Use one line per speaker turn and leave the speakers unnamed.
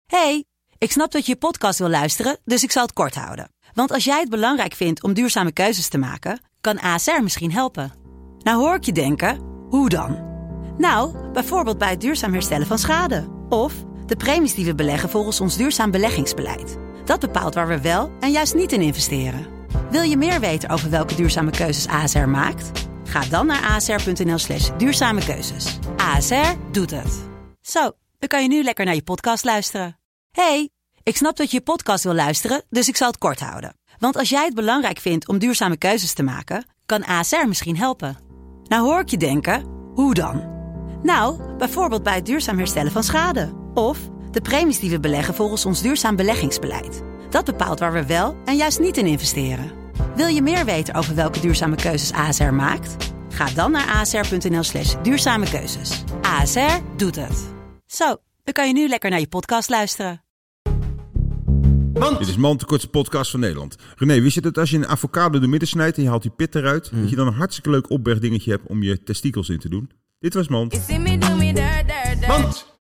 Hey, ik snap dat je je podcast wil luisteren, dus ik zal het kort houden. Want als jij het belangrijk vindt om duurzame keuzes te maken, kan ASR misschien helpen. Nou hoor ik je denken, hoe dan? Nou, bijvoorbeeld bij het duurzaam herstellen van schade. Of de premies die we beleggen volgens ons duurzaam beleggingsbeleid. Dat bepaalt waar we wel en juist niet in investeren. Wil je meer weten over welke duurzame keuzes ASR maakt? Ga dan naar asr.nl/duurzame keuzes. ASR doet het. Zo, dan kan je nu lekker naar je podcast luisteren. Hey, ik snap dat je je podcast wil luisteren, dus ik zal het kort houden. Want als jij het belangrijk vindt om duurzame keuzes te maken, kan ASR misschien helpen. Nou hoor ik je denken, hoe dan? Nou, bijvoorbeeld bij het duurzaam herstellen van schade. Of de premies die we beleggen volgens ons duurzaam beleggingsbeleid. Dat bepaalt waar we wel en juist niet in investeren. Wil je meer weten over welke duurzame keuzes ASR maakt? Ga dan naar asr.nl/duurzame keuzes. ASR doet het. Zo, dan kan je nu lekker naar je podcast luisteren.
Dit is Mand, de kortste podcast van Nederland. René, wist je dat als je een avocado door midden snijdt en je haalt die pit eruit, dat je dan een hartstikke leuk opbergdingetje hebt om je testikels in te doen? Dit was Mand. Mand!